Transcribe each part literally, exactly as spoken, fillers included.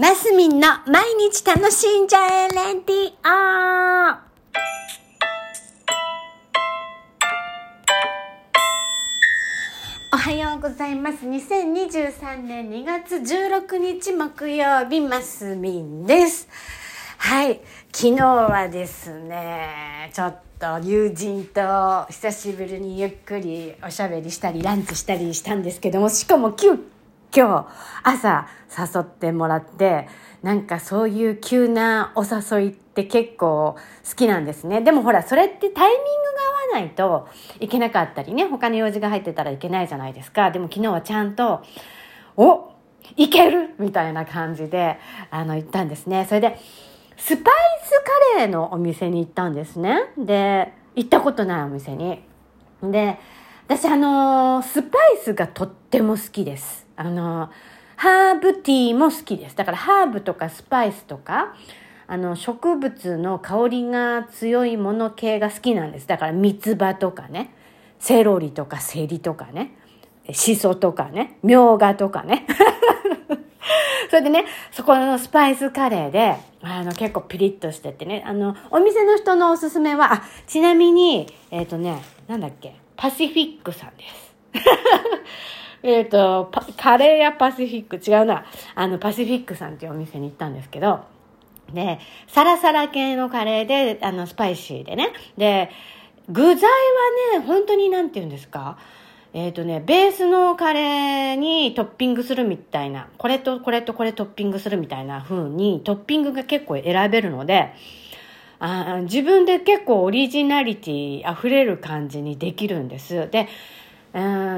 マスミンの毎日楽しんじゃえレディオ。おはようございます。にせんにじゅうさんねんにがつじゅうろくにち木曜日、マスミンです。はい、昨日はですね、ちょっと友人と久しぶりにゆっくりおしゃべりしたりランチしたりしたんですけども、しかも急今日朝誘ってもらって、なんかそういう急なお誘いって結構好きなんですね。でもほら、それってタイミングが合わないといけなかったりね、他の用事が入ってたらいけないじゃないですか。でも昨日はちゃんとおいけるみたいな感じであの行ったんですね。それでスパイスカレーのお店に行ったんですね。で、行ったことないお店に。で、私あのー、スパイスがとっても好きです。あのー、ハーブティーも好きです。だからハーブとかスパイスとか、あの植物の香りが強いもの系が好きなんです。だから三つ葉とかね、セロリとかセリとかね、シソとかね、みょうがとかね。それでね、そこのスパイスカレーで、あの、結構ピリッとしててね、あの、お店の人のおすすめは、あ、ちなみに、えっとね、なんだっけ、パシフィックさんです。えっと、カレーやパシフィック、違うな、あの、パシフィックさんっていうお店に行ったんですけど、で、サラサラ系のカレーで、あの、スパイシーでね、で、具材はね、本当になんて言うんですか、えっとね、ベースのカレーにトッピングするみたいな、これとこれとこれトッピングするみたいな風にトッピングが結構選べるので、あ、自分で結構オリジナリティ溢れる感じにできるんです。で、うん、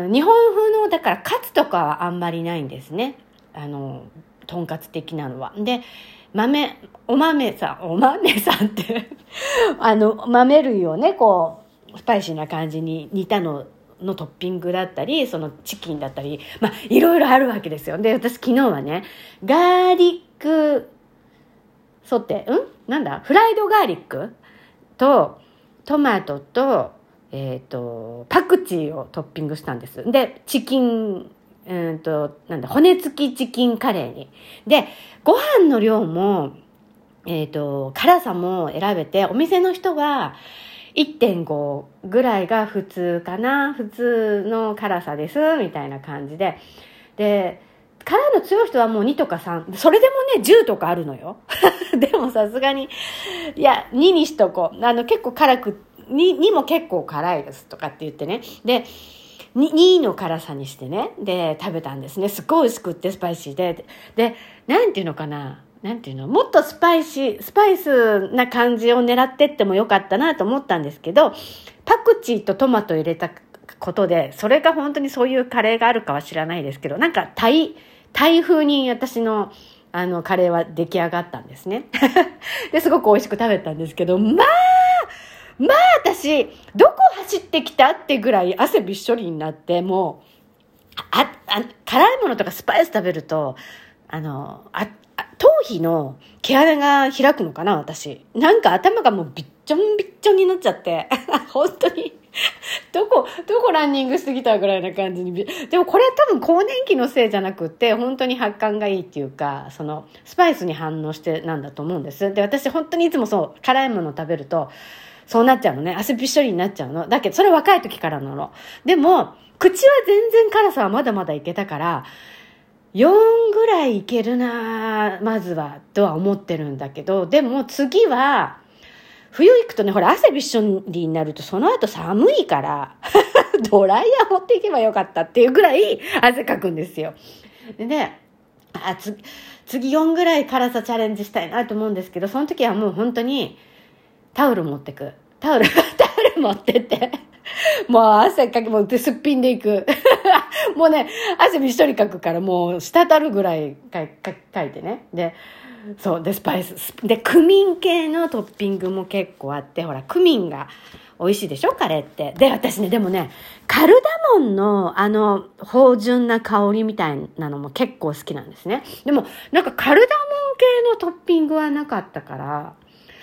日本風のだからカツとかはあんまりないんですね。あのとんかつ的なのは。で、豆お豆さんお豆さんってあの豆類をね、こうスパイシーな感じに煮たののトッピングだったり、そのチキンだったり、まあいろいろあるわけですよ。で、私昨日はね、ガーリックソテー、んなんだフライドガーリックとトマトとえっとパクチーをトッピングしたんです。で、チキンうんとなんだ骨付きチキンカレーに、でご飯の量もえっと辛さも選べて、お店の人は いってんご ぐらいが普通かな、普通の辛さですみたいな感じで、で辛いの強い人はもうにとかさん、それでもねじゅうとかあるのよ。でもさすがにいやににしとこう、あの結構辛く に, にも結構辛いですとかって言ってね、で に, にの辛さにしてね、で食べたんですね。すっごい美味しくってスパイシーで、でなんていうのかな、なんていうの、もっとスパイシースパイスな感じを狙ってってもよかったなと思ったんですけど、パクチーとトマト入れたことで、それが本当にそういうカレーがあるかは知らないですけど、なんかタイタイ風に私のあのカレーは出来上がったんですね。ですごく美味しく食べたんですけど、まあまあ私どこ走ってきたってぐらい汗びっしょりになって、もうああ辛いものとかスパイス食べるとあのあ頭皮の毛穴が開くのかな、私なんか頭がもうびっちょんびっちょんになっちゃって本当にどこどこランニングしてきたぐらいな感じに。でもこれ多分更年期のせいじゃなくって、本当に発汗がいいっていうか、そのスパイスに反応してなんだと思うんです。で、私本当にいつもそう辛いもの食べるとそうなっちゃうのね。汗びっしょりになっちゃうの。だけどそれ若い時からなの。でも口は全然辛さはまだまだいけたから、よんぐらいいけるなまずはとは思ってるんだけど、でも次は冬行くとね、ほら汗びっしょりになるとその後寒いからドライヤー持っていけばよかったっていうぐらい汗かくんですよ。でね、あつ次よんぐらい辛さチャレンジしたいなと思うんですけど、その時はもう本当にタオル持ってくタオルタオル持ってってもう汗かきもってすっぴんでいくもうね汗びっしょりかくから、もう滴るぐらいかかかいてね、でそうでスパイスでクミン系のトッピングも結構あって、ほらクミンが美味しいでしょカレーって。で私ね、でもねカルダモンのあの芳醇な香りみたいなのも結構好きなんですね。でもなんかカルダモン系のトッピングはなかったから、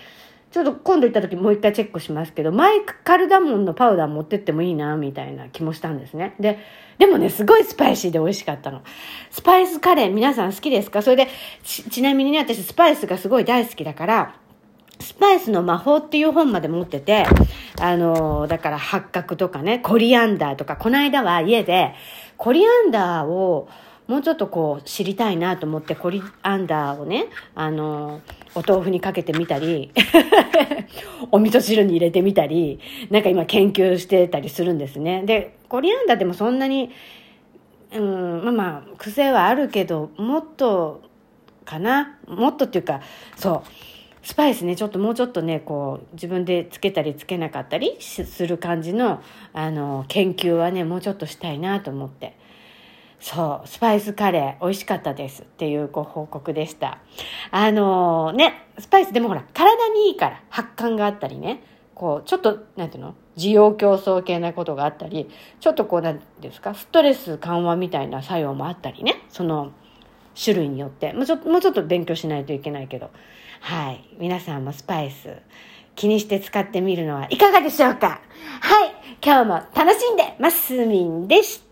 ちょっと今度行った時もう一回チェックしますけど、マイカルダモンのパウダー持ってってもいいなみたいな気もしたんですね。で、でもね、すごいスパイシーで美味しかったの。スパイスカレー皆さん好きですか？それで ち, ちなみにね、私スパイスがすごい大好きだから、スパイスの魔法っていう本まで持ってて、あの、だから八角とかね、コリアンダーとか、この間は家でコリアンダーをもうちょっとこう知りたいなと思って、コリアンダーをね、あの、お豆腐にかけてみたり、お味噌汁に入れてみたり、なんか今研究してたりするんですね。で、コリアンダーでもそんなに、うん、まあまあ、癖はあるけど、もっとかな、もっとっていうか、そう、スパイスね、ちょっともうちょっとね、こう、自分でつけたりつけなかったりする感じの、あの、研究はね、もうちょっとしたいなと思って。そう、スパイスカレー美味しかったですっていうご報告でした。あのー、ね、スパイスでもほら、体にいいから発汗があったりね、こう、ちょっと、なんていうの？需要競争系なことがあったり、ちょっとこう、なんですか、ストレス緩和みたいな作用もあったりね、その種類によって。もうちょっと、もうちょっと勉強しないといけないけど。はい。皆さんもスパイス気にして使ってみるのはいかがでしょうか？はい。今日も楽しんでますみんでした。